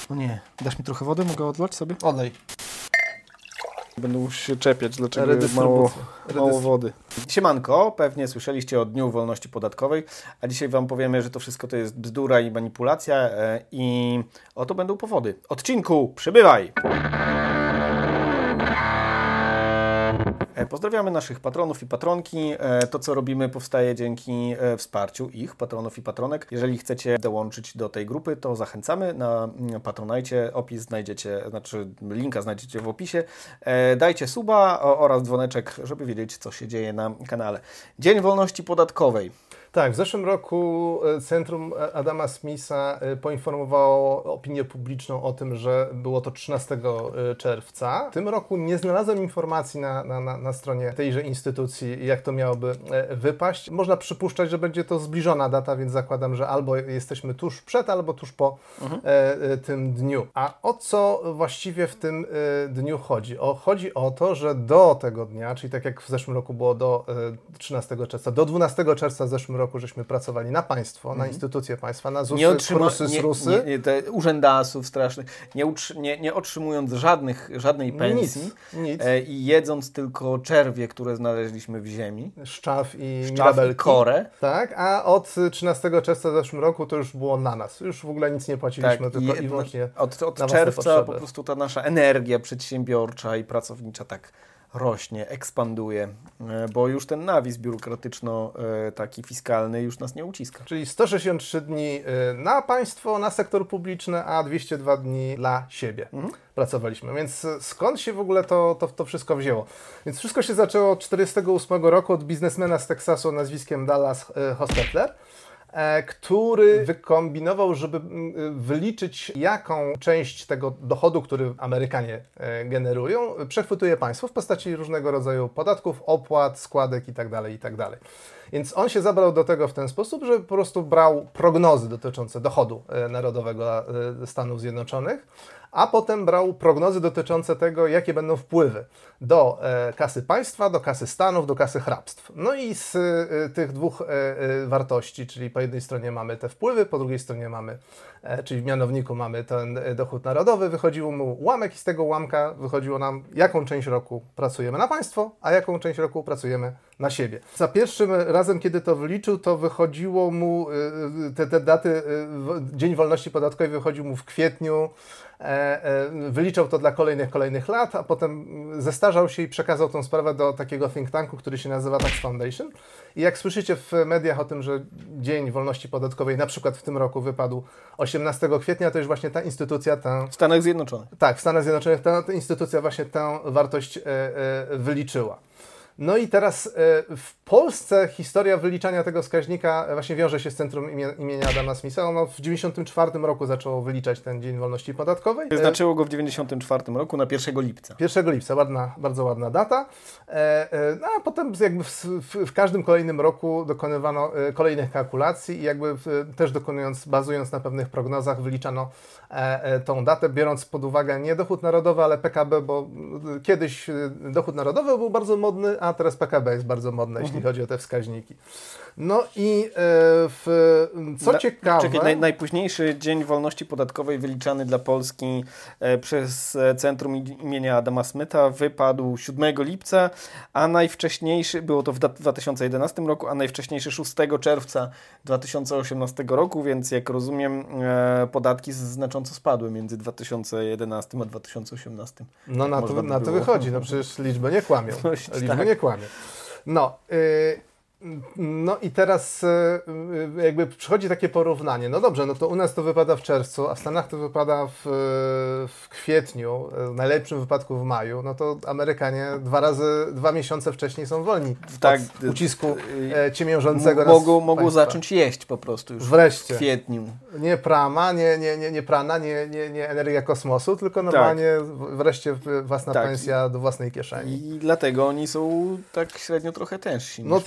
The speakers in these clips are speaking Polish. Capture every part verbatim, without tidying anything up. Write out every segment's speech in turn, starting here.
No nie, dasz mi trochę wody? Mogę odlać sobie? Olej. Będę musiał się czepiać, dlaczego mało, mało wody. Siemanko, pewnie słyszeliście o Dniu Wolności Podatkowej, a dzisiaj Wam powiemy, że to wszystko to jest bzdura i manipulacja i oto będą powody. Odcinku, przybywaj! Pozdrawiamy naszych patronów i patronki. To, co robimy, powstaje dzięki wsparciu ich, patronów i patronek. Jeżeli chcecie dołączyć do tej grupy, to zachęcamy na Patronite. Opis znajdziecie, znaczy linka znajdziecie w opisie. Dajcie suba oraz dzwoneczek, żeby wiedzieć, co się dzieje na kanale. Dzień Wolności Podatkowej. Tak, w zeszłym roku Centrum Adama Smitha poinformowało opinię publiczną o tym, że było to trzynastego czerwca. W tym roku nie znalazłem informacji na, na, na stronie tejże instytucji, jak to miałoby wypaść. Można przypuszczać, że będzie to zbliżona data, więc zakładam, że albo jesteśmy tuż przed, albo tuż po mhm. e, tym dniu. A o co właściwie w tym e, dniu chodzi? O, chodzi o to, że do tego dnia, czyli tak jak w zeszłym roku było do e, trzynastego czerwca, do dwunastego czerwca w zeszłym roku, żeśmy pracowali na państwo, mm. na instytucje państwa, na ZUSy, nie otrzyma, krusy, nie, srusy. Nie, nie, te urzędasów strasznych, nie, utrzy, nie, nie otrzymując żadnych, żadnej pensji nic, nic. E, i jedząc tylko czerwie, które znaleźliśmy w ziemi. Szczaw i Szczaw mirabelki. I korę. Tak, a od trzynastego czerwca w zeszłym roku to już było na nas. Już w ogóle nic nie płaciliśmy, tak, tylko i, i wyłącznie Od, od na czerwca potrzeby. Po prostu ta nasza energia przedsiębiorcza i pracownicza tak rośnie, ekspanduje, bo już ten nawis biurokratyczno taki fiskalny już nas nie uciska. Czyli sto sześćdziesiąt trzy dni na państwo, na sektor publiczny, a dwieście dwa dni dla siebie mhm. pracowaliśmy. Więc skąd się w ogóle to, to, to wszystko wzięło? Więc wszystko się zaczęło od czterdziestego ósmego roku od biznesmena z Teksasu o nazwiskiem Dallas Hostetler, który wykombinował, żeby wyliczyć, jaką część tego dochodu, który Amerykanie generują, przechwytuje państwo w postaci różnego rodzaju podatków, opłat, składek itd., itd. Więc on się zabrał do tego w ten sposób, że po prostu brał prognozy dotyczące dochodu narodowego Stanów Zjednoczonych, a potem brał prognozy dotyczące tego, jakie będą wpływy do e, kasy państwa, do kasy stanów, do kasy hrabstw. No i z e, tych dwóch e, e, wartości, czyli po jednej stronie mamy te wpływy, po drugiej stronie mamy, e, czyli w mianowniku mamy ten e, dochód narodowy, wychodził mu ułamek i z tego ułamka wychodziło nam, jaką część roku pracujemy na państwo, a jaką część roku pracujemy na siebie. Za pierwszym razem, kiedy to wyliczył, to wychodziło mu, e, te, te daty, e, Dzień Wolności Podatkowej wychodził mu w kwietniu, wyliczał to dla kolejnych, kolejnych lat, a potem zestarzał się i przekazał tą sprawę do takiego think tanku, który się nazywa Tax Foundation. I jak słyszycie w mediach o tym, że Dzień Wolności Podatkowej na przykład w tym roku wypadł osiemnastego kwietnia, to już właśnie ta instytucja tę... W Stanach Zjednoczonych. Tak, w Stanach Zjednoczonych ta, ta instytucja właśnie tę wartość e, e, wyliczyła. No i teraz e, w Polsce historia wyliczania tego wskaźnika właśnie wiąże się z Centrum imie, imienia Adama Smitha. Ono w dziewięćdziesiątym czwartym roku zaczęło wyliczać ten Dzień Wolności Podatkowej. Wyznaczyło go w dziewięćdziesiątym czwartym roku na pierwszego lipca. pierwszego lipca, ładna, bardzo ładna data. E, e, no a potem jakby w, w, w każdym kolejnym roku dokonywano e, kolejnych kalkulacji i jakby w, też dokonując, bazując na pewnych prognozach, wyliczano e, e, tą datę, biorąc pod uwagę nie dochód narodowy, ale P K B, bo kiedyś dochód narodowy był bardzo modny, a teraz P K B jest bardzo modne, mhm. jeśli chodzi o te wskaźniki. No i e, w, co Na, ciekawe... Czekaj, naj, najpóźniejszy Dzień Wolności Podatkowej wyliczany dla Polski e, przez Centrum imienia Adama Smitha wypadł siódmego lipca, a najwcześniejszy, było to w dwa tysiące jedenastym roku, a najwcześniejszy szóstego czerwca dwa tysiące osiemnastego roku, więc jak rozumiem e, podatki znacząco spadły między dwa tysiące jedenastym a dwa tysiące osiemnastym. No na to, na to wychodzi, no przecież liczby nie kłamią. Liczby tak. nie kłamią. No, y, no i teraz y, jakby przychodzi takie porównanie. No dobrze, no to u nas to wypada w czerwcu, a w Stanach to wypada w, w kwietniu, w najlepszym wypadku w maju. No to Amerykanie dwa razy, dwa miesiące wcześniej są wolni tak, od ucisku e, ciemiężącego m- mogą, mogą zacząć jeść po prostu już wreszcie. W kwietniu. Nie prama, nie, nie, nie, nie prana, nie, nie, nie energia kosmosu, tylko normalnie tak. wreszcie własna tak. pensja do własnej kieszeni. I dlatego oni są tak średnio trochę tężsi. No tylko Polacy. Właśnie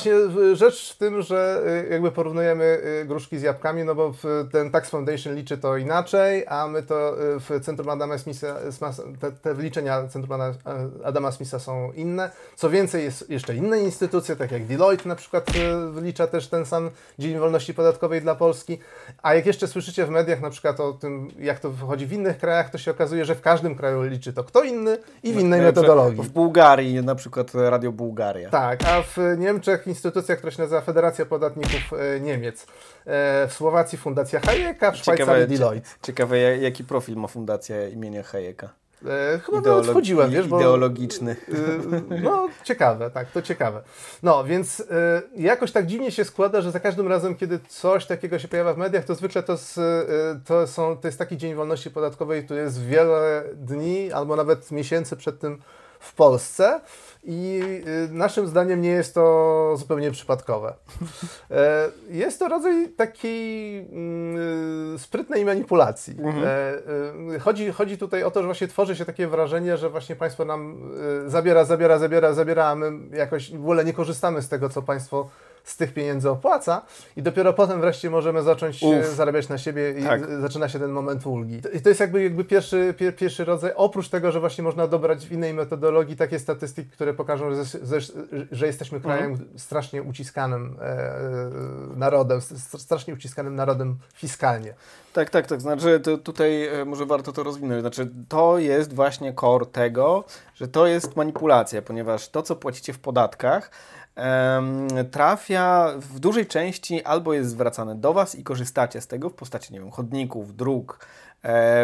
właśnie rzecz w tym, że jakby porównujemy gruszki z jabłkami, no bo ten Tax Foundation liczy to inaczej, a my to w Centrum Adama Smitha, te, te wyliczenia Centrum Adama Smitha są inne. Co więcej, jest jeszcze inne instytucje, tak jak Deloitte na przykład wylicza też ten sam Dzień Wolności Podatkowej dla Polski. A jak jeszcze słyszycie w mediach na przykład o tym, jak to wychodzi w innych krajach, to się okazuje, że w każdym kraju liczy to kto inny i w innej metodologii. W Bułgarii, na przykład Radio Bułgaria. Tak, a w Niemczech instytucja, która się nazywa Federacja Podatników Niemiec. W Słowacji Fundacja Hayeka, w Szwajcarii Deloitte. Ciekawe, jaki profil ma fundacja imienia Hayeka. E, chyba Ideolog- nawet wchodziłem, wiesz, bo... Ideologiczny. Y, no, ciekawe, tak, to ciekawe. No, więc y, jakoś tak dziwnie się składa, że za każdym razem, kiedy coś takiego się pojawia w mediach, to zwykle to, z, y, to, są, to jest taki Dzień Wolności Podatkowej, który jest wiele dni, albo nawet miesięcy przed tym w Polsce i y, naszym zdaniem nie jest to zupełnie przypadkowe. E, jest to rodzaj takiej y, sprytnej manipulacji. Mhm. E, y, chodzi, chodzi tutaj o to, że właśnie tworzy się takie wrażenie, że właśnie państwo nam y, zabiera, zabiera, zabiera, zabiera, a my jakoś w ogóle nie korzystamy z tego, co państwo z tych pieniędzy opłaca i dopiero potem wreszcie możemy zacząć Uf. zarabiać na siebie i tak. zaczyna się ten moment ulgi. I to jest jakby, jakby pierwszy, pier, pierwszy rodzaj, oprócz tego, że właśnie można dobrać w innej metodologii takie statystyki, które pokażą, że, że, że jesteśmy krajem mhm. strasznie uciskanym e, narodem, strasznie uciskanym narodem fiskalnie. Tak, tak, tak. Znaczy to tutaj może warto to rozwinąć. Znaczy to jest właśnie core tego, że to jest manipulacja, ponieważ to, co płacicie w podatkach, trafia w dużej części albo jest zwracane do Was i korzystacie z tego w postaci, nie wiem, chodników, dróg, e, e,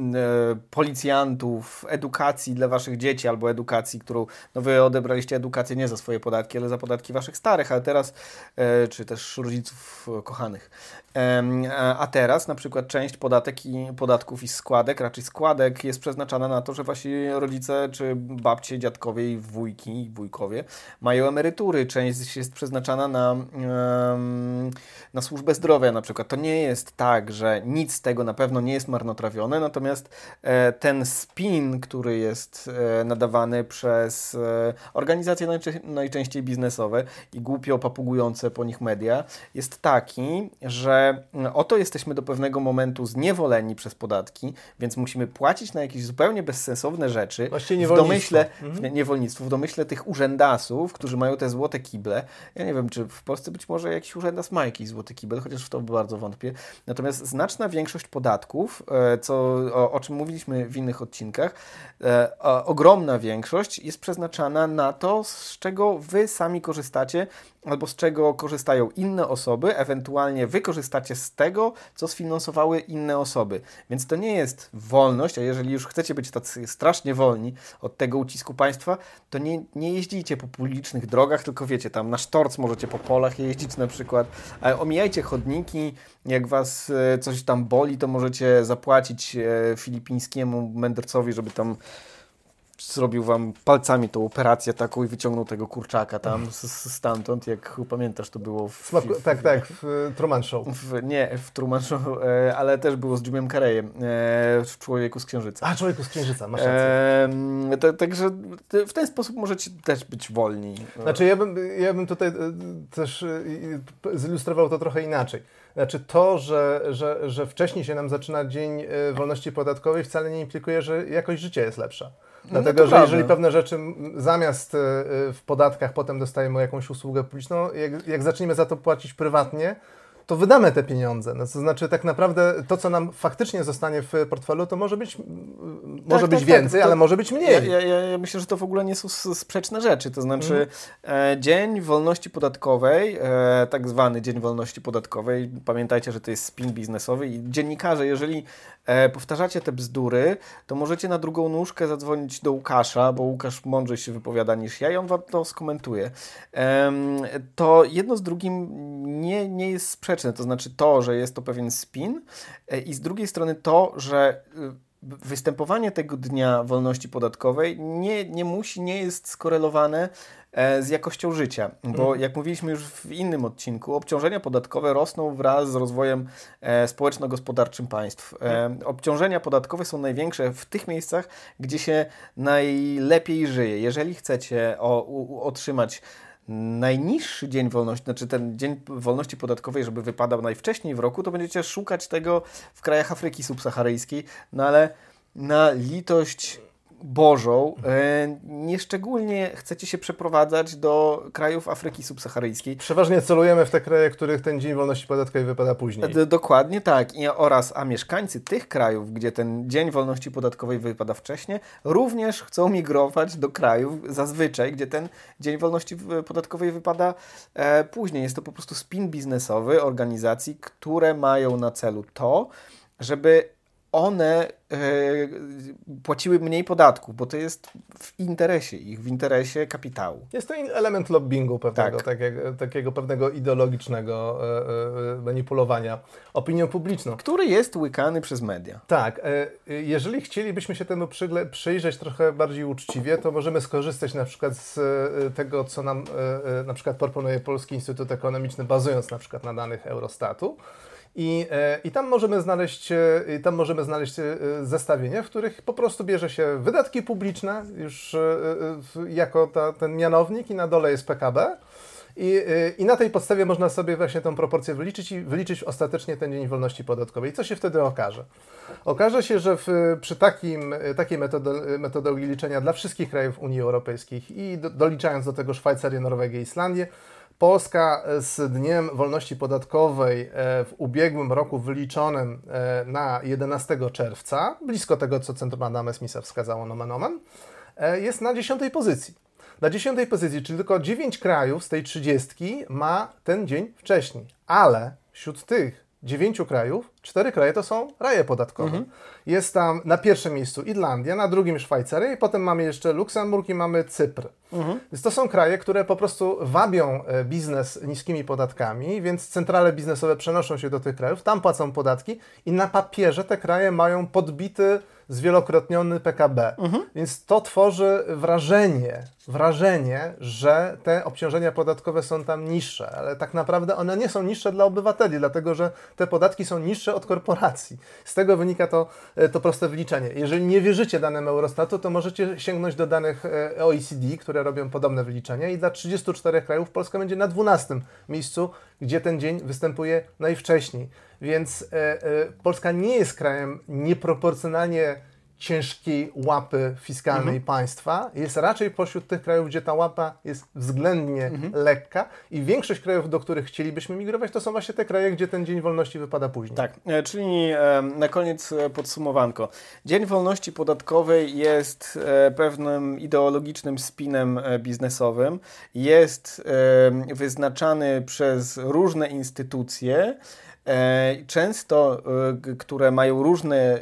policjantów, edukacji dla Waszych dzieci albo edukacji, którą, no Wy odebraliście edukację nie za swoje podatki, ale za podatki Waszych starych, ale teraz, e, czy też rodziców kochanych. E, a teraz na przykład część podatek i, podatków i składek, raczej składek jest przeznaczana na to, że Wasi rodzice, czy babcie, dziadkowie i wujki i wujkowie mają emerytury. Część jest przeznaczana na, na służbę zdrowia na przykład. To nie jest tak, że nic z tego na pewno nie jest marnotrawione, natomiast ten spin, który jest nadawany przez organizacje najczę- najczęściej biznesowe i głupio papugujące po nich media, jest taki, że oto jesteśmy do pewnego momentu zniewoleni przez podatki, więc musimy płacić na jakieś zupełnie bezsensowne rzeczy. Właściwie w domyśle, mhm. niewolnictwo, w domyśle tych urzędasów, którzy mają te złote kible. Ja nie wiem, czy w Polsce być może jakiś urzędas ma jakiś złoty kibel, chociaż w to bardzo wątpię. Natomiast znaczna większość podatków, co, o, o czym mówiliśmy w innych odcinkach, e, o, ogromna większość jest przeznaczana na to, z czego wy sami korzystacie, albo z czego korzystają inne osoby, ewentualnie wy korzystacie z tego, co sfinansowały inne osoby. Więc to nie jest wolność, a jeżeli już chcecie być tacy strasznie wolni od tego ucisku państwa, to nie, nie jeździcie po publicznych drogach, tylko wiecie, tam na sztorc możecie po polach jeździć na przykład, ale omijajcie chodniki, jak was coś tam boli, to możecie zapłacić filipińskiemu mędrcowi, żeby tam zrobił wam palcami tą operację taką i wyciągnął tego kurczaka tam z, stamtąd, jak pamiętasz, to było w... w, w tak, tak, w Truman Show. W, nie, w Truman Show, e, ale też było z Jimem Carreyem e, w Człowieku z Księżyca. A, Człowieku z Księżyca, masz rację. E, t- także t- w ten sposób możecie też być wolni. Znaczy ja bym, ja bym tutaj też zilustrował to trochę inaczej. Znaczy to, że, że, że wcześniej się nam zaczyna Dzień Wolności Podatkowej, wcale nie implikuje, że jakość życia jest lepsza. Dlatego, no że prawda. Jeżeli pewne rzeczy zamiast w podatkach potem dostajemy jakąś usługę publiczną, jak, jak zaczniemy za to płacić prywatnie, to wydamy te pieniądze. No, to znaczy tak naprawdę to, co nam faktycznie zostanie w portfelu, to może być, może tak, być tak, więcej, tak. ale może być mniej. Ja, ja, ja myślę, że to w ogóle nie są sprzeczne rzeczy. To znaczy mm. e, Dzień Wolności Podatkowej, e, tak zwany Dzień Wolności Podatkowej, pamiętajcie, że to jest spin biznesowy i dziennikarze, jeżeli e, powtarzacie te bzdury, to możecie na drugą nóżkę zadzwonić do Łukasza, bo Łukasz mądrzej się wypowiada niż ja i on wam to skomentuje. E, to jedno z drugim nie, nie jest sprzeczne. To znaczy to, że jest to pewien spin i z drugiej strony to, że występowanie tego Dnia Wolności Podatkowej nie, nie musi, nie jest skorelowane z jakością życia, bo jak mówiliśmy już w innym odcinku, obciążenia podatkowe rosną wraz z rozwojem społeczno-gospodarczym państw. Obciążenia podatkowe są największe w tych miejscach, gdzie się najlepiej żyje. Jeżeli chcecie o, u, otrzymać najniższy dzień wolności, znaczy ten dzień wolności podatkowej, żeby wypadał najwcześniej w roku, to będziecie szukać tego w krajach Afryki subsaharyjskiej, no ale na litość Bożą, e, nieszczególnie chcecie się przeprowadzać do krajów Afryki subsaharyjskiej. Przeważnie celujemy w te kraje, w których ten dzień wolności podatkowej wypada później. D- dokładnie tak. I oraz, a mieszkańcy tych krajów, gdzie ten dzień wolności podatkowej wypada wcześniej, również chcą migrować do krajów zazwyczaj, gdzie ten dzień wolności podatkowej wypada e, później. Jest to po prostu spin biznesowy organizacji, które mają na celu to, żeby one e, płaciły mniej podatków, bo to jest w interesie ich, w interesie kapitału. Jest to element lobbingu pewnego, Tak. takiego, takiego pewnego ideologicznego e, e, manipulowania opinią publiczną. Który jest łykany przez media. Tak. E, jeżeli chcielibyśmy się temu przygle, przyjrzeć trochę bardziej uczciwie, to możemy skorzystać na przykład z e, tego, co nam e, e, na przykład proponuje Polski Instytut Ekonomiczny, bazując na przykład na danych Eurostatu. I, I tam możemy znaleźć, i tam możemy znaleźć zestawienia, w których po prostu bierze się wydatki publiczne już jako ta, ten mianownik i na dole jest P K B. I, I na tej podstawie można sobie właśnie tą proporcję wyliczyć i wyliczyć ostatecznie ten dzień wolności podatkowej. I co się wtedy okaże? Okaże się, że w, przy takim, takiej metody, metodologii liczenia dla wszystkich krajów Unii Europejskiej i do, doliczając do tego Szwajcarię, Norwegię i Islandię, Polska z dniem wolności podatkowej w ubiegłym roku wyliczonym na jedenastego czerwca, blisko tego, co Centrum Adama Smitha wskazało nomen omen, jest na dziesiątej pozycji. Na dziesiątej pozycji, czyli tylko dziewięć krajów z tej trzydziestki ma ten dzień wcześniej. Ale wśród tych dziewięciu krajów, cztery kraje to są raje podatkowe. Mhm. Jest tam na pierwszym miejscu Irlandia, na drugim Szwajcaria i potem mamy jeszcze Luksemburg i mamy Cypr. Mhm. Więc to są kraje, które po prostu wabią biznes niskimi podatkami, więc centrale biznesowe przenoszą się do tych krajów, tam płacą podatki i na papierze te kraje mają podbity, zwielokrotniony P K B. Mhm. Więc to tworzy wrażenie, wrażenie, że te obciążenia podatkowe są tam niższe, ale tak naprawdę one nie są niższe dla obywateli, dlatego że te podatki są niższe od korporacji. Z tego wynika to, to proste wyliczenie. Jeżeli nie wierzycie danym Eurostatu, to możecie sięgnąć do danych O E C D, które robią podobne wyliczenia i dla trzydziestu czterech krajów Polska będzie na dwunastym miejscu, gdzie ten dzień występuje najwcześniej. Więc e, e, Polska nie jest krajem nieproporcjonalnie ciężkiej łapy fiskalnej mhm. państwa, jest raczej pośród tych krajów, gdzie ta łapa jest względnie mhm. lekka i większość krajów, do których chcielibyśmy migrować, to są właśnie te kraje, gdzie ten dzień wolności wypada później. Tak, e, czyli e, na koniec e, podsumowanko. Dzień wolności podatkowej jest e, pewnym ideologicznym spinem e, biznesowym, jest e, wyznaczany przez różne instytucje, często, które mają różne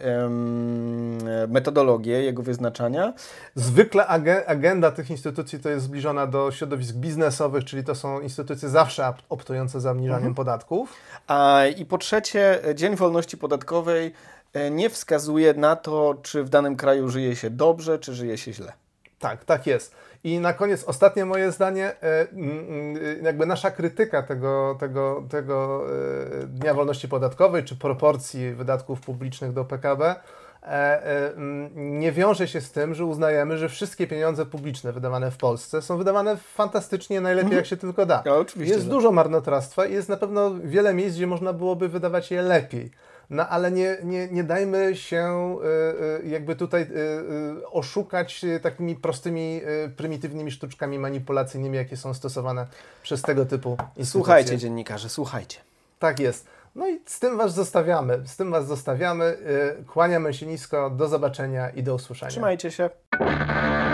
metodologie jego wyznaczania. Zwykle agenda tych instytucji to jest zbliżona do środowisk biznesowych, czyli to są instytucje zawsze optujące za obniżaniem mhm. podatków. A, I po trzecie, Dzień Wolności Podatkowej nie wskazuje na to, czy w danym kraju żyje się dobrze, czy żyje się źle. Tak, tak jest. I na koniec ostatnie moje zdanie, jakby nasza krytyka tego, tego, tego Dnia Wolności Podatkowej, czy proporcji wydatków publicznych do P K B nie wiąże się z tym, że uznajemy, że wszystkie pieniądze publiczne wydawane w Polsce są wydawane fantastycznie, najlepiej mm. jak się tylko da. Ja, oczywiście, jest że... dużo marnotrawstwa i jest na pewno wiele miejsc, gdzie można byłoby wydawać je lepiej. No ale nie, nie, nie dajmy się y, y, jakby tutaj y, y, oszukać takimi prostymi, y, prymitywnymi sztuczkami manipulacyjnymi, jakie są stosowane przez tego typu instytucje. Słuchajcie, dziennikarze, słuchajcie. Tak jest. No i z tym Was zostawiamy. Z tym Was zostawiamy. Y, kłaniamy się nisko. Do zobaczenia i do usłyszenia. Trzymajcie się.